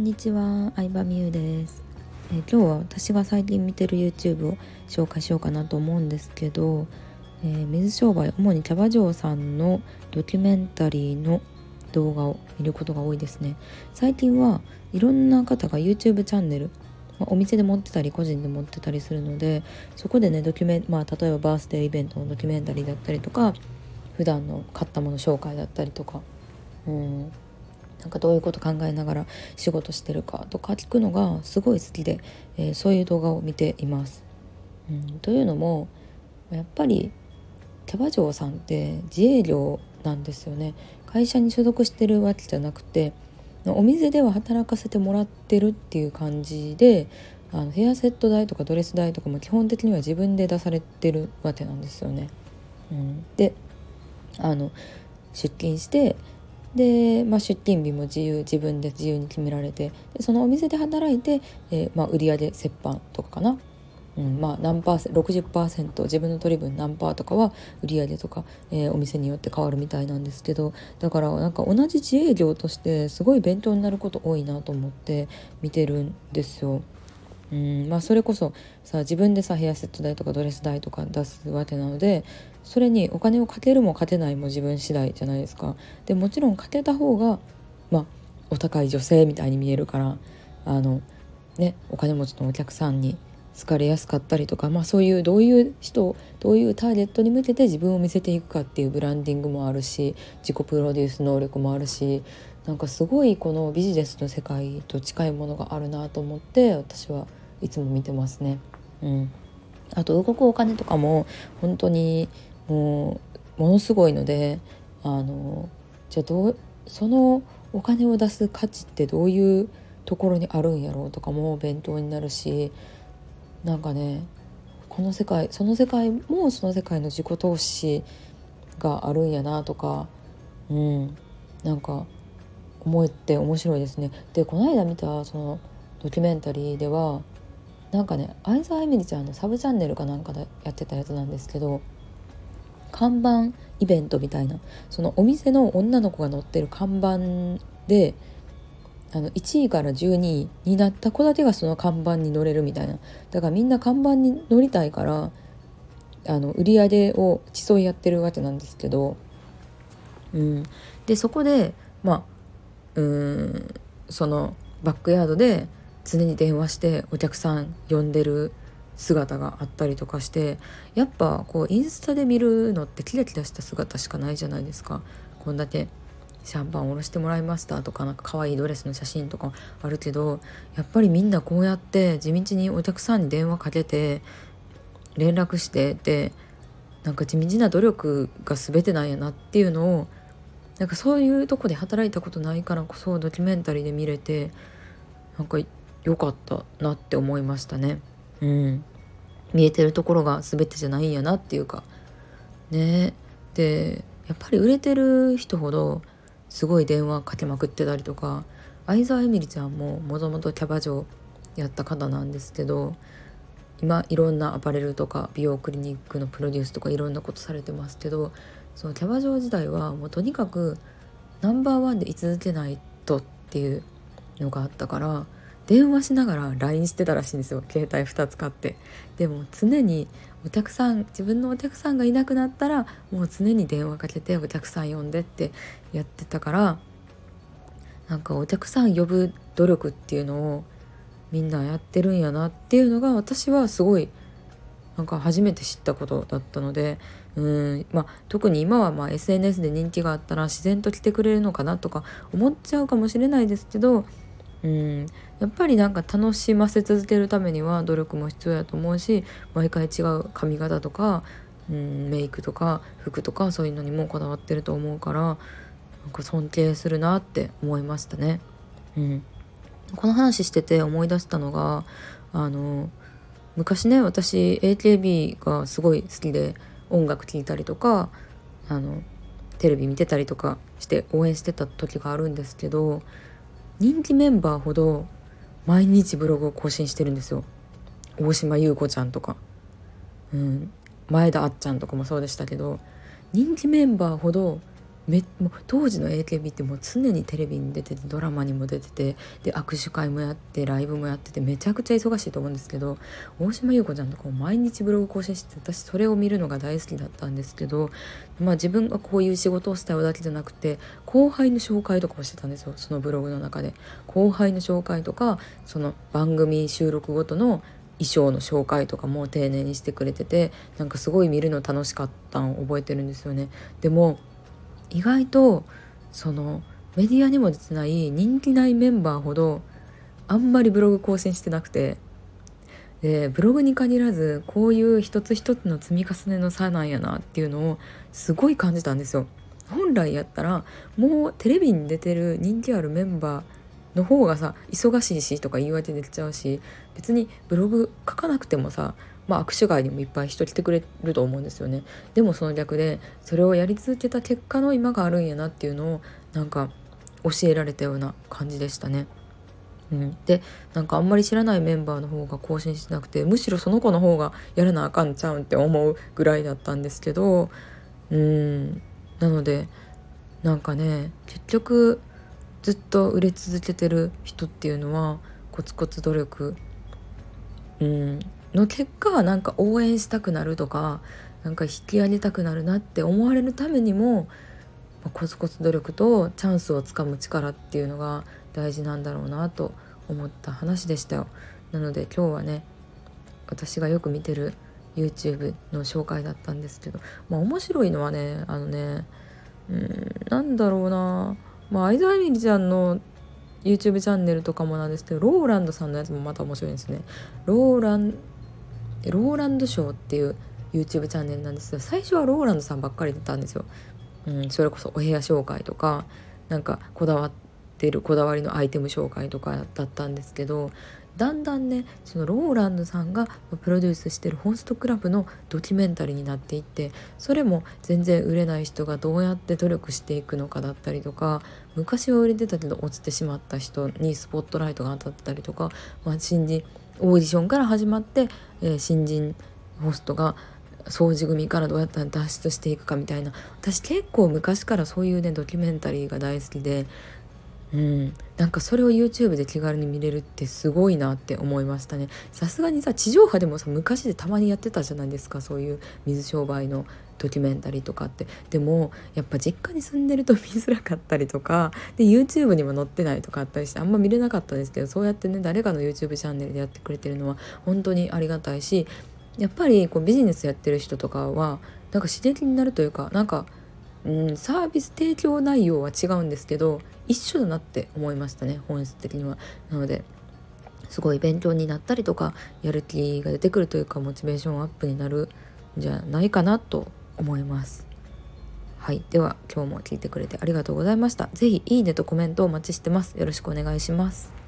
んにちは、相葉美優です。今日は私が最近見てる YouTube を紹介しようかなと思うんですけど、水商売、主にキャバ嬢さんのドキュメンタリーの動画を見ることが多いですね。最近はいろんな方が YouTube チャンネル、お店で持ってたり個人で持ってたりするので、そこでね例えばバースデーイベントのドキュメンタリーだったりとか、普段の買ったもの紹介だったりとか、なんかどういうこと考えながら仕事してるかとか聞くのがすごい好きで、そういう動画を見ています。というのもやっぱりキャバ嬢さんって自営業なんですよね。会社に所属してるわけじゃなくて、お店では働かせてもらってるっていう感じで、ヘアセット代とかドレス代とかも基本的には自分で出されてるわけなんですよね。で出勤してで、出勤日も自分で自由に決められて、でそのお店で働いて、売上折半とかかな、何パーセント60%自分の取り分何パーとかは売上とか、お店によって変わるみたいなんですけど、だからなんか同じ自営業としてすごい勉強になること多いなと思って見てるんですよ。それこそさ、自分でさヘアセット代とかドレス代とか出すわけなので、それにお金をかけるもかけないも自分次第じゃないですか。でもちろんかけた方がお高い女性みたいに見えるから、お金持ちのお客さんに好かれやすかったりとか、そういうどういうターゲットに向けて自分を見せていくかっていうブランディングもあるし、自己プロデュース能力もあるし、なんかすごいこのビジネスの世界と近いものがあるなと思って私はいつも見てますね。あと動くお金とかも本当にものすごいので、じゃあそのお金を出す価値ってどういうところにあるんやろうとかも勉強になるし、なんかね、その世界もその世界の自己投資があるんやなとか、なんか思えて面白いですね。でこの間見たそのドキュメンタリーではなんかね、相沢エミリちゃんのサブチャンネルかなんかでやってたやつなんですけど、看板イベントみたいな、そのお店の女の子が乗ってる看板で1位から12位になった子だけがその看板に乗れるみたいな。だからみんな看板に乗りたいから売り上げを競い合ってるわけなんですけど、でそこでそのバックヤードで常に電話してお客さん呼んでる姿があったりとかして、やっぱこうインスタで見るのってキラキラした姿しかないじゃないですか。こんだけシャンパンおろしてもらいましたとか、なんか可愛いドレスの写真とかあるけど、やっぱりみんなこうやって地道にお客さんに電話かけて連絡してで、なんか地道な努力が全てなんやなっていうのを、なんかそういうとこで働いたことないからこそドキュメンタリーで見れて、なんか良かったなって思いましたね。見えてるところが全てじゃないんやなっていうかね。でやっぱり売れてる人ほどすごい電話かけまくってたりとか、相沢エミリちゃんももともとキャバ嬢やった方なんですけど、今いろんなアパレルとか美容クリニックのプロデュースとかいろんなことされてますけど、そのキャバ嬢時代はもうとにかくナンバーワンで居続けないとっていうのがあったから、電話しながら LINE してたらしいんですよ、携帯2つ買って。でも常に自分のお客さんがいなくなったらもう常に電話かけてお客さん呼んでってやってたから、なんかお客さん呼ぶ努力っていうのをみんなやってるんやなっていうのが私はすごいなんか初めて知ったことだったので、特に今はSNS で人気があったら自然と来てくれるのかなとか思っちゃうかもしれないですけど、やっぱりなんか楽しませ続けるためには努力も必要だと思うし、毎回違う髪型とか、メイクとか服とかそういうのにもこだわってると思うから、なんか尊敬するなって思いましたね。この話してて思い出したのが、昔ね、私 AKB がすごい好きで音楽聴いたりとかテレビ見てたりとかして応援してた時があるんですけど、人気メンバーほど毎日ブログを更新してるんですよ。大島優子ちゃんとか、前田あっちゃんとかもそうでしたけど、人気メンバーほどもう当時の AKB ってもう常にテレビに出ててドラマにも出てて、で握手会もやってライブもやっててめちゃくちゃ忙しいと思うんですけど、大島優子ちゃんとかも毎日ブログ更新してて、私それを見るのが大好きだったんですけど、自分がこういう仕事をしたいだけじゃなくて後輩の紹介とかもしてたんですよ。そのブログの中で後輩の紹介とか、その番組収録ごとの衣装の紹介とかも丁寧にしてくれてて、なんかすごい見るの楽しかったのを覚えてるんですよね。でも意外とそのメディアにも出てない人気ないメンバーほどあんまりブログ更新してなくて、でブログに限らずこういう一つ一つの積み重ねの差なんやなっていうのをすごい感じたんですよ。本来やったらもうテレビに出てる人気あるメンバーの方がさ忙しいしとか言い訳できちゃうし、別にブログ書かなくてもさ、握手会にもいっぱい人来てくれると思うんですよね。でもその逆でそれをやり続けた結果の今があるんやなっていうのをなんか教えられたような感じでしたね。でなんかあんまり知らないメンバーの方が更新してなくて、むしろその子の方がやらなあかんちゃうんって思うぐらいだったんですけど、なのでなんかね、結局ずっと売れ続けてる人っていうのはコツコツ努力、の結果なんか応援したくなるとか、なんか引き上げたくなるなって思われるためにも、コツコツ努力とチャンスをつかむ力っていうのが大事なんだろうなと思った話でしたよ。なので今日はね、私がよく見てる YouTube の紹介だったんですけど、面白いのはね、なんだろうな、相沢みりちゃんの YouTube チャンネルとかもなんですけど、ローランドさんのやつもまた面白いんですね。ローランドショーっていう YouTube チャンネルなんですけど、最初はローランドさんばっかり出たんですよ。それこそお部屋紹介とか、なんかこだわってるこだわりのアイテム紹介とかだったんですけど、だんだんね、そのローランドさんがプロデュースしてるホストクラブのドキュメンタリーになっていって、それも全然売れない人がどうやって努力していくのかだったりとか、昔は売れてたけど落ちてしまった人にスポットライトが当たったりとか、新人オーディションから始まって、新人ホストが掃除組からどうやったら脱出していくかみたいな、私結構昔からそういうねドキュメンタリーが大好きで、なんかそれを YouTube で気軽に見れるってすごいなって思いましたね。さすがにさ地上波でもさ昔でたまにやってたじゃないですか、そういう水商売のドキュメンタリーとかって。でもやっぱ実家に住んでると見づらかったりとかで YouTube にも載ってないとかあったりしてあんま見れなかったんですけど、そうやってね誰かの YouTube チャンネルでやってくれてるのは本当にありがたいし、やっぱりこうビジネスやってる人とかはなんか刺激になるというか、なんかサービス提供内容は違うんですけど一緒だなって思いましたね、本質的には。なのですごい勉強になったりとか、やる気が出てくるというか、モチベーションアップになるんじゃないかなと思います。はい、では今日も聞いてくれてありがとうございました。ぜひいいねとコメントをお待ちしてます。よろしくお願いします。